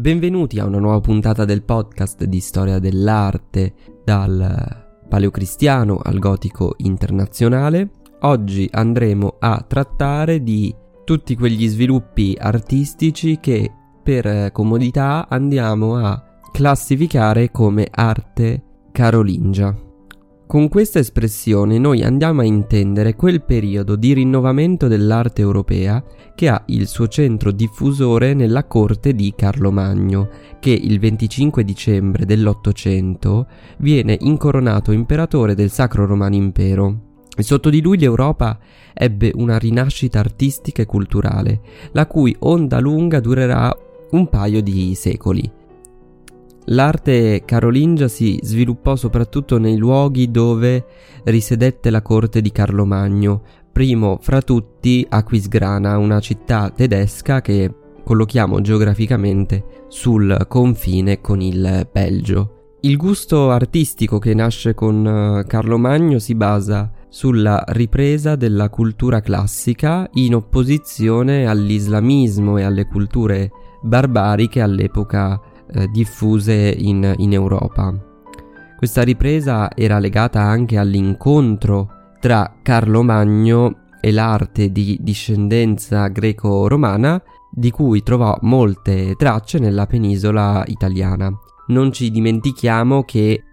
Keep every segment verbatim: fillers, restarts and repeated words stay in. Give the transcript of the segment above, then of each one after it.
Benvenuti a una nuova puntata del podcast di storia dell'arte dal paleocristiano al gotico internazionale. Oggi andremo a trattare di tutti quegli sviluppi artistici che per comodità andiamo a classificare come arte carolingia. Con questa espressione noi andiamo a intendere quel periodo di rinnovamento dell'arte europea che ha il suo centro diffusore nella corte di Carlo Magno, che il venticinque dicembre dell'Ottocento viene incoronato imperatore del Sacro Romano Impero. E sotto di lui l'Europa ebbe una rinascita artistica e culturale, la cui onda lunga durerà un paio di secoli. L'arte carolingia si sviluppò soprattutto nei luoghi dove risiedette la corte di Carlo Magno, primo fra tutti Aquisgrana, una città tedesca che collochiamo geograficamente sul confine con il Belgio. Il gusto artistico che nasce con Carlo Magno si basa sulla ripresa della cultura classica in opposizione all'islamismo e alle culture barbariche all'epoca eh, diffuse in, in Europa. Questa ripresa era legata anche all'incontro tra Carlo Magno e l'arte di discendenza greco-romana, di cui trovò molte tracce nella penisola italiana. Non ci dimentichiamo che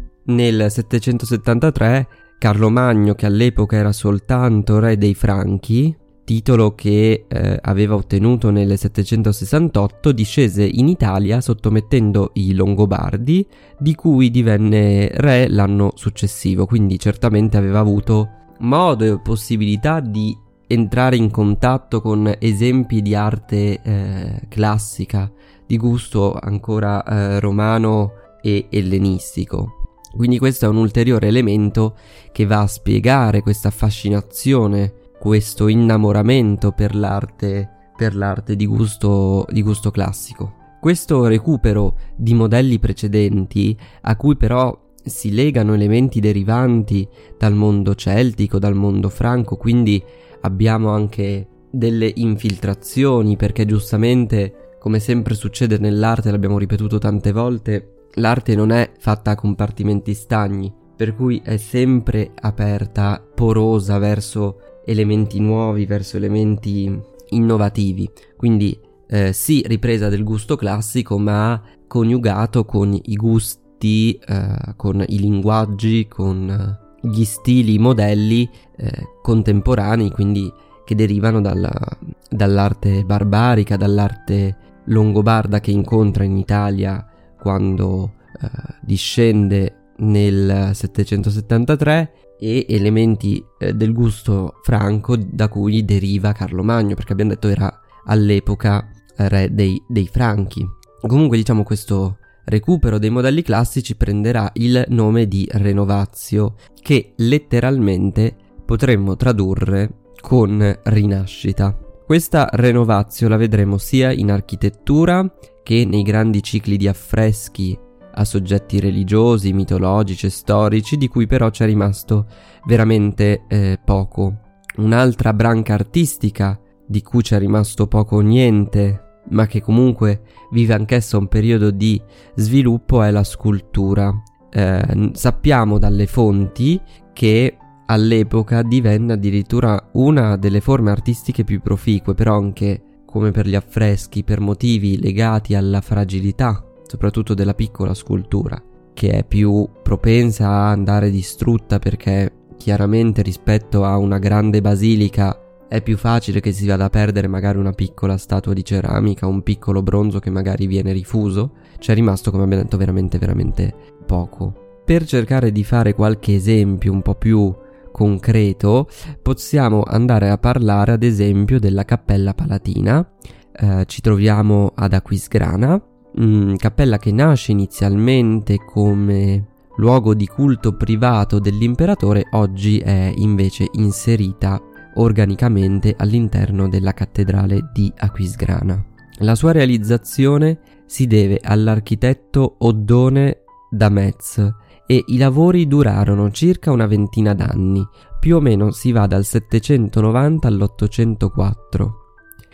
nel settecentosettantatré Carlo Magno, che all'epoca era soltanto re dei Franchi, titolo che eh, aveva ottenuto nel settecentosessantotto, discese in Italia sottomettendo i Longobardi, di cui divenne re l'anno successivo, quindi certamente aveva avuto modo e possibilità di entrare in contatto con esempi di arte eh, classica, di gusto ancora eh, romano e ellenistico. Quindi questo è un ulteriore elemento che va a spiegare questa fascinazione, questo innamoramento per l'arte, per l'arte di gusto, di gusto classico. Questo recupero di modelli precedenti, a cui però si legano elementi derivanti dal mondo celtico, dal mondo franco, quindi abbiamo anche delle infiltrazioni, perché giustamente, come sempre succede nell'arte, l'abbiamo ripetuto tante volte, l'arte non è fatta a compartimenti stagni, per cui è sempre aperta, porosa verso elementi nuovi, verso elementi innovativi. Quindi eh, sì, ripresa del gusto classico, ma coniugato con i gusti, eh, con i linguaggi, con gli stili, i modelli eh, contemporanei, quindi che derivano dalla, dall'arte barbarica, dall'arte longobarda che incontra in Italia quando eh, discende nel settecentosettantatré, e elementi eh, del gusto franco da cui deriva Carlo Magno, perché abbiamo detto era all'epoca re dei, dei Franchi. Comunque diciamo questo recupero dei modelli classici prenderà il nome di Renovatio, che letteralmente potremmo tradurre con rinascita. Questa Renovatio la vedremo sia in architettura che nei grandi cicli di affreschi a soggetti religiosi, mitologici e storici, di cui però c'è rimasto veramente eh, poco. Un'altra branca artistica di cui c'è rimasto poco o niente, ma che comunque vive anch'essa un periodo di sviluppo, è la scultura. Eh, sappiamo dalle fonti che all'epoca divenne addirittura una delle forme artistiche più proficue, però anche, come per gli affreschi, per motivi legati alla fragilità soprattutto della piccola scultura, che è più propensa a andare distrutta, perché chiaramente rispetto a una grande basilica è più facile che si vada a perdere magari una piccola statua di ceramica, un piccolo bronzo che magari viene rifuso. C'è rimasto, come abbiamo detto, veramente veramente poco. Per cercare di fare qualche esempio un po' più concreto, possiamo andare a parlare ad esempio della Cappella Palatina. Eh, ci troviamo ad Aquisgrana, Mm, cappella che nasce inizialmente come luogo di culto privato dell'imperatore, oggi è invece inserita organicamente all'interno della cattedrale di Aquisgrana. La sua realizzazione si deve all'architetto Oddone da Metz e i lavori durarono circa una ventina d'anni, più o meno si va dal settecentonovanta all'ottocentoquattro.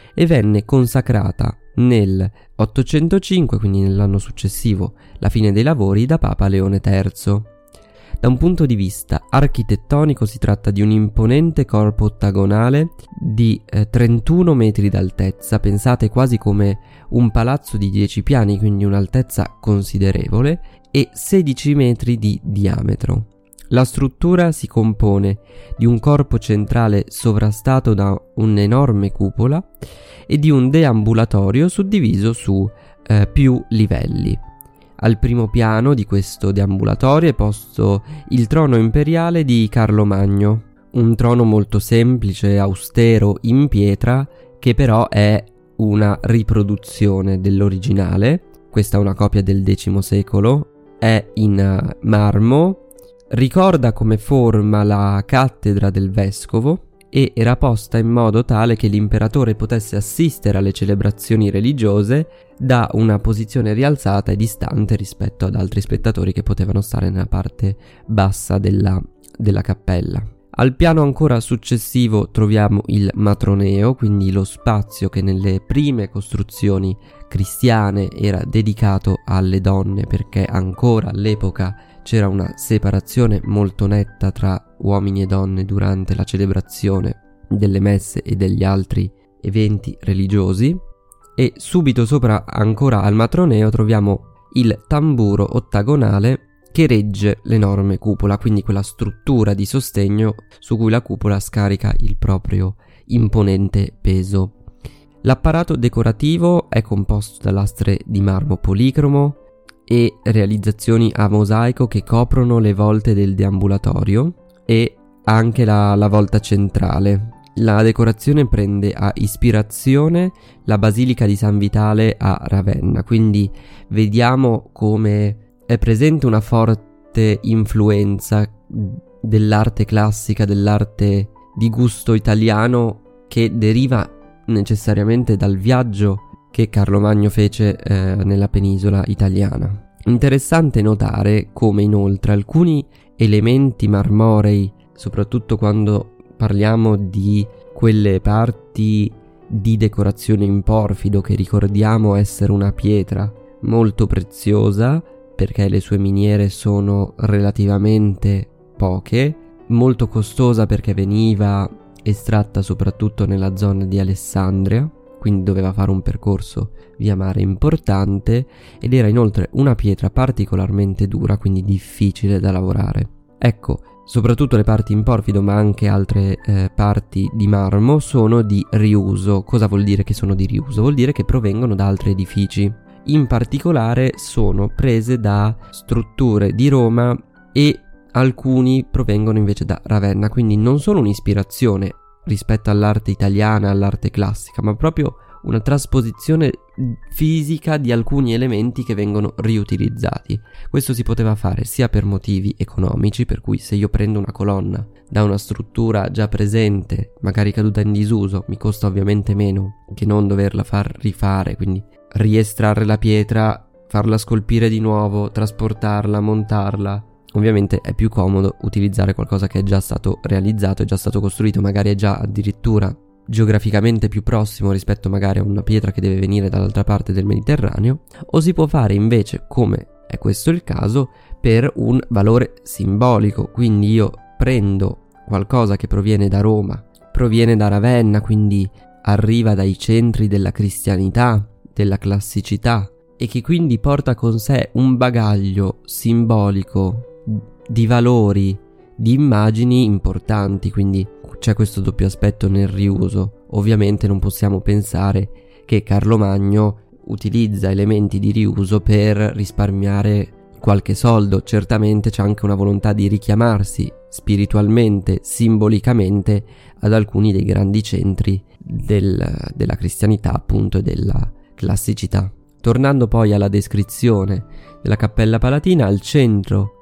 e venne consacrata nel ottocentocinque, quindi nell'anno successivo la fine dei lavori, da Papa Leone terzo. Da un punto di vista architettonico si tratta di un imponente corpo ottagonale di eh, trentuno metri d'altezza, pensate quasi come un palazzo di dieci piani, quindi un'altezza considerevole, e sedici metri di diametro. La struttura si compone di un corpo centrale sovrastato da un'enorme cupola e di un deambulatorio suddiviso su eh, più livelli. Al primo piano di questo deambulatorio è posto il trono imperiale di Carlo Magno, un trono molto semplice, austero, in pietra, che però è una riproduzione dell'originale. Questa è una copia del X secolo, è in marmo, ricorda come forma la cattedra del vescovo e era posta in modo tale che l'imperatore potesse assistere alle celebrazioni religiose da una posizione rialzata e distante rispetto ad altri spettatori che potevano stare nella parte bassa della, della cappella. Al piano ancora successivo troviamo il matroneo, quindi lo spazio che nelle prime costruzioni cristiane era dedicato alle donne, perché ancora all'epoca c'era una separazione molto netta tra uomini e donne durante la celebrazione delle messe e degli altri eventi religiosi. E subito sopra, ancora al matroneo, troviamo il tamburo ottagonale che regge l'enorme cupola, quindi quella struttura di sostegno su cui la cupola scarica il proprio imponente peso. L'apparato decorativo è composto da lastre di marmo policromo e realizzazioni a mosaico che coprono le volte del deambulatorio e anche la, la volta centrale. La decorazione prende a ispirazione la Basilica di San Vitale a Ravenna, quindi vediamo come è presente una forte influenza dell'arte classica, dell'arte di gusto italiano, che deriva necessariamente dal viaggio che Carlo Magno fece eh, nella penisola italiana. Interessante notare come inoltre alcuni elementi marmorei, soprattutto quando parliamo di quelle parti di decorazione in porfido che ricordiamo essere una pietra molto preziosa perché le sue miniere sono relativamente poche, molto costosa perché veniva estratta soprattutto nella zona di Alessandria, quindi doveva fare un percorso via mare importante, ed era inoltre una pietra particolarmente dura, quindi difficile da lavorare. Ecco, soprattutto le parti in porfido, ma anche altre eh, parti di marmo, sono di riuso. Cosa vuol dire che sono di riuso? Vuol dire che provengono da altri edifici. In particolare sono prese da strutture di Roma e alcuni provengono invece da Ravenna, quindi non solo un'ispirazione rispetto all'arte italiana, all'arte classica, ma proprio una trasposizione fisica di alcuni elementi che vengono riutilizzati. Questo si poteva fare sia per motivi economici, per cui se io prendo una colonna da una struttura già presente, magari caduta in disuso, mi costa ovviamente meno che non doverla far rifare, quindi riestrarre la pietra, farla scolpire di nuovo, trasportarla, montarla. Ovviamente è più comodo utilizzare qualcosa che è già stato realizzato, è già stato costruito, magari è già addirittura geograficamente più prossimo rispetto magari a una pietra che deve venire dall'altra parte del Mediterraneo, o si può fare invece, come è questo il caso, per un valore simbolico. Quindi io prendo qualcosa che proviene da Roma, proviene da Ravenna, quindi arriva dai centri della cristianità, della classicità, e che quindi porta con sé un bagaglio simbolico di valori, di immagini importanti. Quindi c'è questo doppio aspetto nel riuso. Ovviamente non possiamo pensare che Carlo Magno utilizza elementi di riuso per risparmiare qualche soldo. Certamente c'è anche una volontà di richiamarsi spiritualmente, simbolicamente ad alcuni dei grandi centri del, della cristianità, appunto, e della classicità. Tornando poi alla descrizione della Cappella Palatina, al centro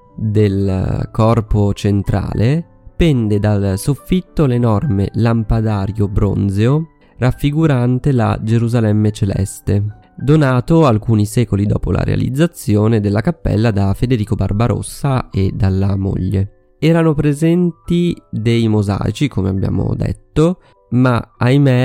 del corpo centrale pende dal soffitto l'enorme lampadario bronzeo raffigurante la Gerusalemme celeste, donato alcuni secoli dopo la realizzazione della cappella da Federico Barbarossa e dalla moglie. Erano presenti dei mosaici, come abbiamo detto, ma ahimè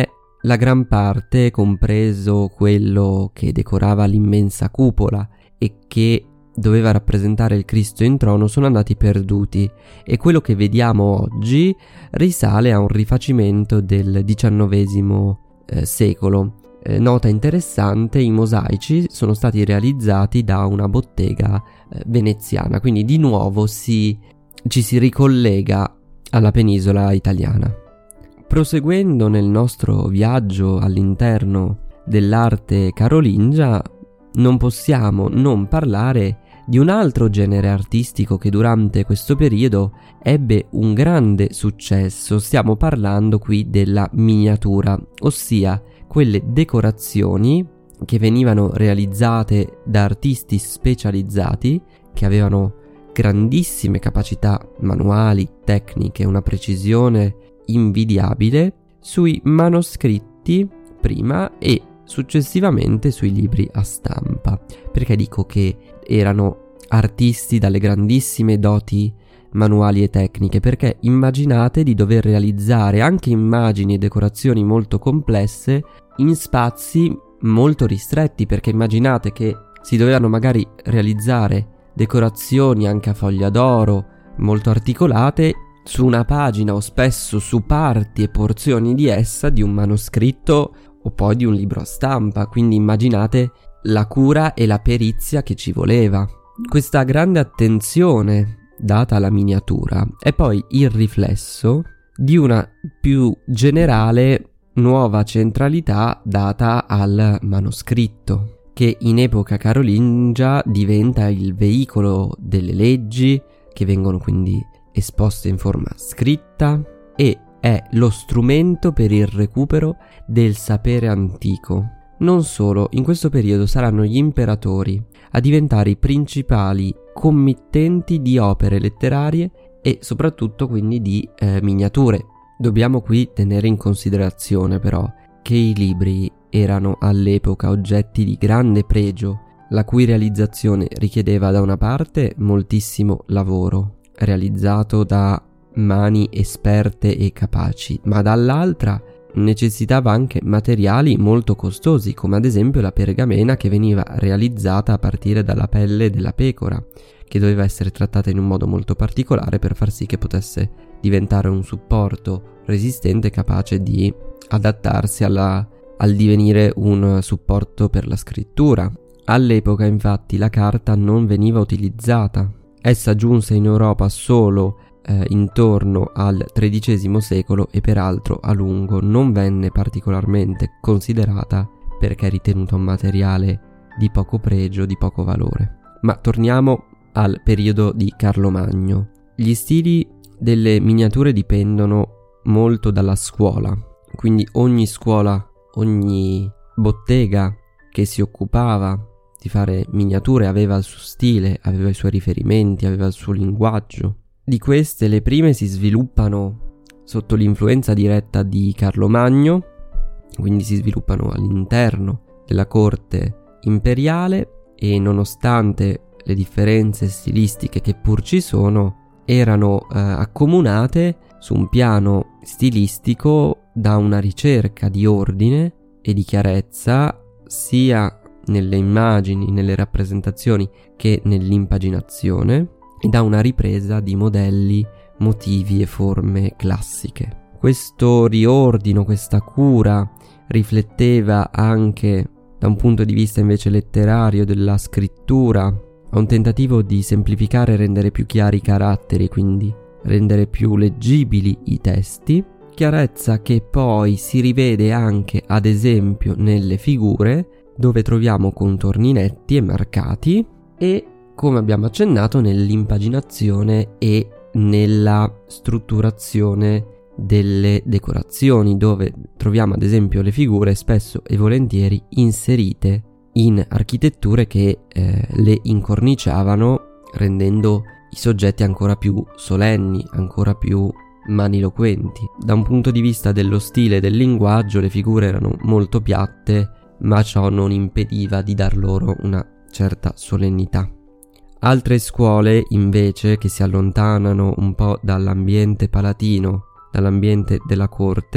la gran parte, compreso quello che decorava l'immensa cupola e che doveva rappresentare il Cristo in trono, sono andati perduti, e quello che vediamo oggi risale a un rifacimento del diciannovesimo eh, secolo. Eh, nota interessante, i mosaici sono stati realizzati da una bottega eh, veneziana, quindi di nuovo si, ci si ricollega alla penisola italiana. Proseguendo nel nostro viaggio all'interno dell'arte carolingia, non possiamo non parlare di un altro genere artistico che durante questo periodo ebbe un grande successo. Stiamo parlando qui della miniatura, ossia quelle decorazioni che venivano realizzate da artisti specializzati che avevano grandissime capacità manuali, tecniche, una precisione invidiabile sui manoscritti prima e successivamente sui libri a stampa. Perché dico che erano artisti dalle grandissime doti manuali e tecniche? Perché immaginate di dover realizzare anche immagini e decorazioni molto complesse in spazi molto ristretti, perché immaginate che si dovevano magari realizzare decorazioni anche a foglia d'oro molto articolate su una pagina o spesso su parti e porzioni di essa di un manoscritto o poi di un libro a stampa, quindi immaginate la cura e la perizia che ci voleva. Questa grande attenzione data alla miniatura è poi il riflesso di una più generale nuova centralità data al manoscritto, che in epoca carolingia diventa il veicolo delle leggi, che vengono quindi esposte in forma scritta, e è lo strumento per il recupero del sapere antico. Non solo, in questo periodo saranno gli imperatori a diventare i principali committenti di opere letterarie e soprattutto quindi di eh, miniature. Dobbiamo qui tenere in considerazione però che i libri erano all'epoca oggetti di grande pregio, la cui realizzazione richiedeva da una parte moltissimo lavoro, realizzato da mani esperte e capaci, ma dall'altra necessitava anche materiali molto costosi, come ad esempio la pergamena, che veniva realizzata a partire dalla pelle della pecora, che doveva essere trattata in un modo molto particolare per far sì che potesse diventare un supporto resistente capace di adattarsi alla, al divenire un supporto per la scrittura. All'epoca infatti la carta non veniva utilizzata, essa giunse in Europa solo eh, intorno al tredicesimo secolo e peraltro a lungo non venne particolarmente considerata perché ritenuta un materiale di poco pregio, di poco valore. Ma torniamo al periodo di Carlo Magno. Gli stili delle miniature dipendono molto dalla scuola, quindi ogni scuola, ogni bottega che si occupava di fare miniature aveva il suo stile, aveva i suoi riferimenti, aveva il suo linguaggio. Di queste le prime si sviluppano sotto l'influenza diretta di Carlo Magno, quindi si sviluppano all'interno della corte imperiale, e nonostante le differenze stilistiche che pur ci sono, erano eh, accomunate su un piano stilistico da una ricerca di ordine e di chiarezza sia nelle immagini, nelle rappresentazioni che nell'impaginazione, e da una ripresa di modelli, motivi e forme classiche. Questo riordino, questa cura rifletteva anche da un punto di vista invece letterario della scrittura, a un tentativo di semplificare e rendere più chiari i caratteri, quindi rendere più leggibili i testi, chiarezza che poi si rivede anche ad esempio nelle figure, dove troviamo contorni netti e marcati, e come abbiamo accennato nell'impaginazione e nella strutturazione delle decorazioni, dove troviamo ad esempio le figure spesso e volentieri inserite in architetture che eh, le incorniciavano, rendendo i soggetti ancora più solenni, ancora più maniloquenti. Da un punto di vista dello stile e del linguaggio, le figure erano molto piatte, ma ciò non impediva di dar loro una certa solennità. Altre scuole invece, che si allontanano un po' dall'ambiente palatino, dall'ambiente della corte,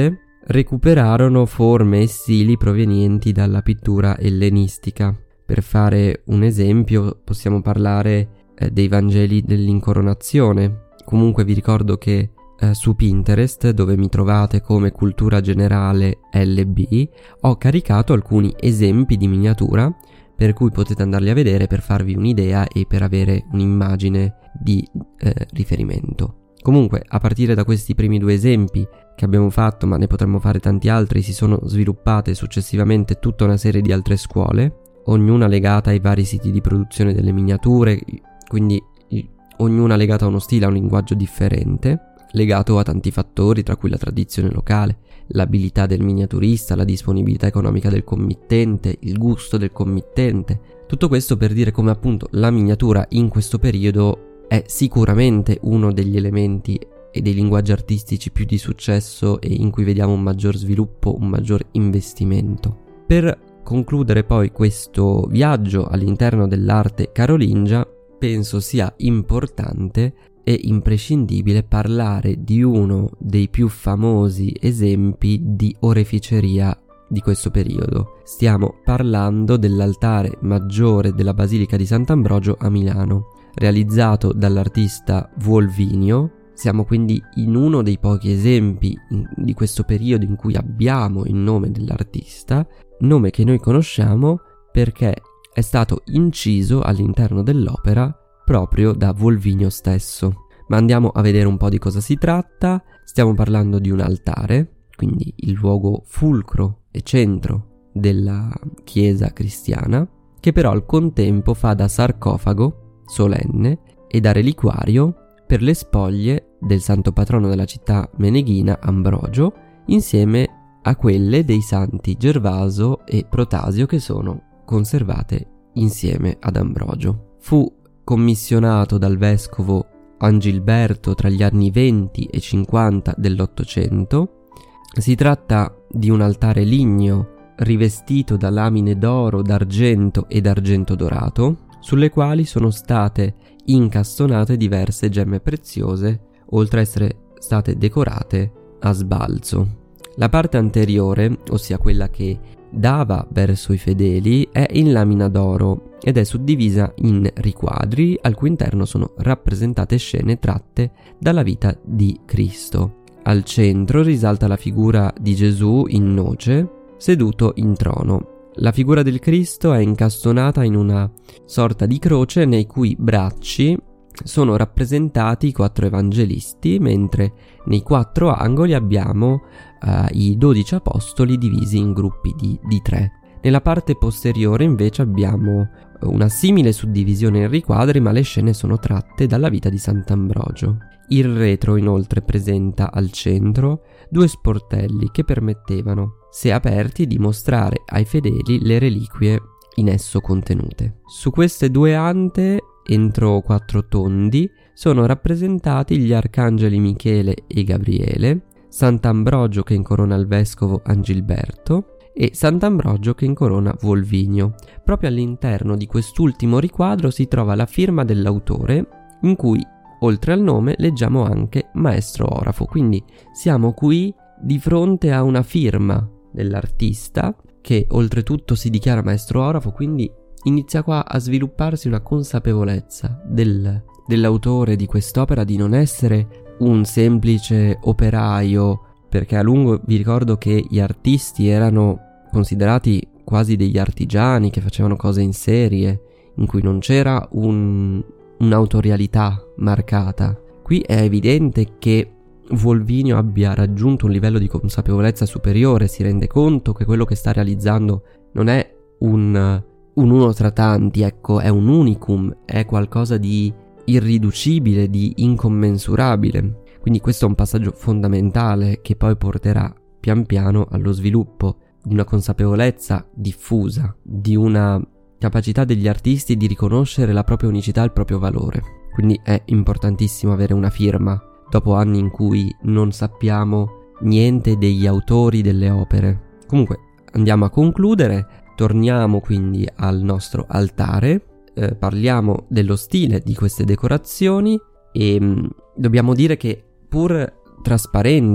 recuperarono forme e stili provenienti dalla pittura ellenistica. Per fare un esempio possiamo parlare eh, dei Vangeli dell'incoronazione. Comunque vi ricordo che eh, su Pinterest, dove mi trovate come Cultura Generale L B, ho caricato alcuni esempi di miniatura per cui potete andarli a vedere per farvi un'idea e per avere un'immagine di eh, riferimento. Comunque, a partire da questi primi due esempi che abbiamo fatto, ma ne potremmo fare tanti altri, si sono sviluppate successivamente tutta una serie di altre scuole, ognuna legata ai vari siti di produzione delle miniature, quindi ognuna legata a uno stile, a un linguaggio differente, legato a tanti fattori, tra cui la tradizione locale, l'abilità del miniaturista, la disponibilità economica del committente, il gusto del committente. Tutto questo per dire come appunto la miniatura in questo periodo è sicuramente uno degli elementi e dei linguaggi artistici più di successo e in cui vediamo un maggior sviluppo, un maggior investimento. Per concludere poi questo viaggio all'interno dell'arte carolingia, penso sia importante e imprescindibile parlare di uno dei più famosi esempi di oreficeria di questo periodo. Stiamo parlando dell'altare maggiore della Basilica di Sant'Ambrogio a Milano, realizzato dall'artista Volvinio. Siamo quindi in uno dei pochi esempi in, di questo periodo in cui abbiamo il nome dell'artista, nome che noi conosciamo perché è stato inciso all'interno dell'opera proprio da Volvinio stesso. Ma andiamo a vedere un po' di cosa si tratta. Stiamo parlando di un altare, quindi il luogo fulcro e centro della chiesa cristiana, che però al contempo fa da sarcofago solenne e da reliquario per le spoglie del santo patrono della città meneghina Ambrogio, insieme a quelle dei santi Gervaso e Protasio che sono conservate insieme ad Ambrogio. Fu commissionato dal vescovo Angilberto tra gli anni venti e cinquanta dell'Ottocento. Si tratta di un altare ligneo rivestito da lamine d'oro, d'argento e d'argento dorato, sulle quali sono state incastonate diverse gemme preziose, oltre a essere state decorate a sbalzo. La parte anteriore, ossia quella che dava verso i fedeli, è in lamina d'oro ed è suddivisa in riquadri al cui interno sono rappresentate scene tratte dalla vita di Cristo. Al centro risalta la figura di Gesù in noce, seduto in trono. La figura del Cristo è incastonata in una sorta di croce nei cui bracci sono rappresentati i quattro evangelisti, mentre nei quattro angoli abbiamo uh, i dodici apostoli divisi in gruppi di, di tre. Nella parte posteriore invece abbiamo una simile suddivisione in riquadri, ma le scene sono tratte dalla vita di Sant'Ambrogio. Il retro inoltre presenta al centro due sportelli che permettevano, se aperti, di mostrare ai fedeli le reliquie in esso contenute. Su queste due ante, entro quattro tondi, sono rappresentati gli arcangeli Michele e Gabriele, Sant'Ambrogio che incorona il vescovo Angilberto e Sant'Ambrogio che incorona Volvinio. Proprio all'interno di quest'ultimo riquadro si trova la firma dell'autore, in cui oltre al nome leggiamo anche Maestro Orafo, quindi siamo qui di fronte a una firma dell'artista che oltretutto si dichiara Maestro Orafo, quindi inizia qua a svilupparsi una consapevolezza del, dell'autore di quest'opera di non essere un semplice operaio, perché a lungo vi ricordo che gli artisti erano considerati quasi degli artigiani che facevano cose in serie, in cui non c'era un, un'autorialità marcata. Qui è evidente che Volvinio abbia raggiunto un livello di consapevolezza superiore, si rende conto che quello che sta realizzando non è un, un uno tra tanti, ecco, è un unicum, è qualcosa di irriducibile, di incommensurabile. Quindi questo è un passaggio fondamentale che poi porterà pian piano allo sviluppo di una consapevolezza diffusa, di una capacità degli artisti di riconoscere la propria unicità e il proprio valore. Quindi è importantissimo avere una firma dopo anni in cui non sappiamo niente degli autori delle opere. Comunque andiamo a concludere, torniamo quindi al nostro altare, eh, parliamo dello stile di queste decorazioni e mh, dobbiamo dire che pur trasparendo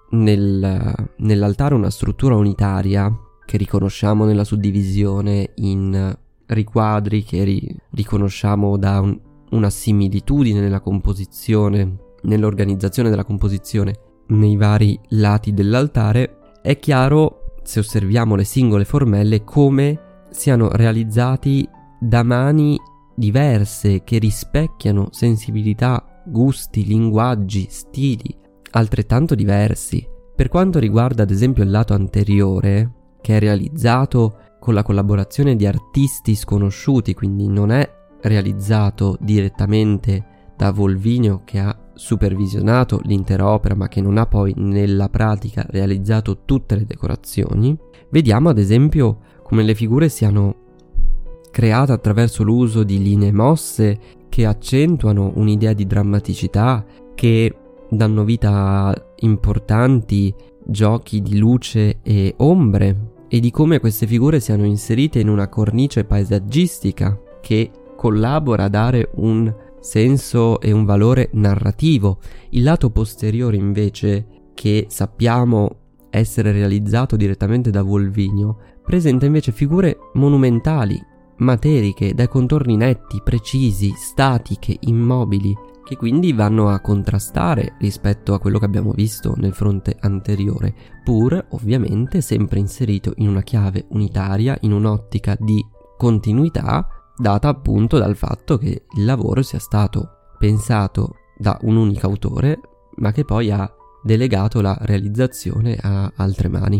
nel, nell'altare una struttura unitaria che riconosciamo nella suddivisione in riquadri, che ri- riconosciamo da un, una similitudine nella composizione, nell'organizzazione della composizione nei vari lati dell'altare, è chiaro, se osserviamo le singole formelle, come siano realizzati da mani diverse che rispecchiano sensibilità, gusti, linguaggi, stili altrettanto diversi. Per quanto riguarda ad esempio il lato anteriore, che è realizzato con la collaborazione di artisti sconosciuti, quindi non è realizzato direttamente da Volvinio, che ha supervisionato l'intera opera ma che non ha poi nella pratica realizzato tutte le decorazioni, vediamo ad esempio come le figure siano create attraverso l'uso di linee mosse che accentuano un'idea di drammaticità, che danno vita a importanti giochi di luce e ombre, e di come queste figure siano inserite in una cornice paesaggistica che collabora a dare un senso e un valore narrativo. Il lato posteriore invece, che sappiamo essere realizzato direttamente da Volvinio, presenta invece figure monumentali, materiche, dai contorni netti, precisi, statiche, immobili, che quindi vanno a contrastare rispetto a quello che abbiamo visto nel fronte anteriore, pur ovviamente sempre inserito in una chiave unitaria, in un'ottica di continuità, data appunto dal fatto che il lavoro sia stato pensato da un unico autore, ma che poi ha delegato la realizzazione a altre mani.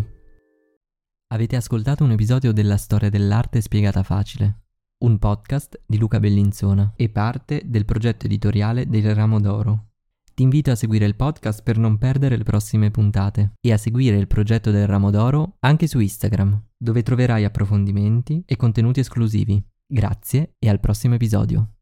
Avete ascoltato un episodio della Storia dell'arte spiegata facile, un podcast di Luca Bellinzona e parte del progetto editoriale del Ramo d'Oro. Ti invito a seguire il podcast per non perdere le prossime puntate e a seguire il progetto del Ramo d'Oro anche su Instagram, dove troverai approfondimenti e contenuti esclusivi. Grazie e al prossimo episodio.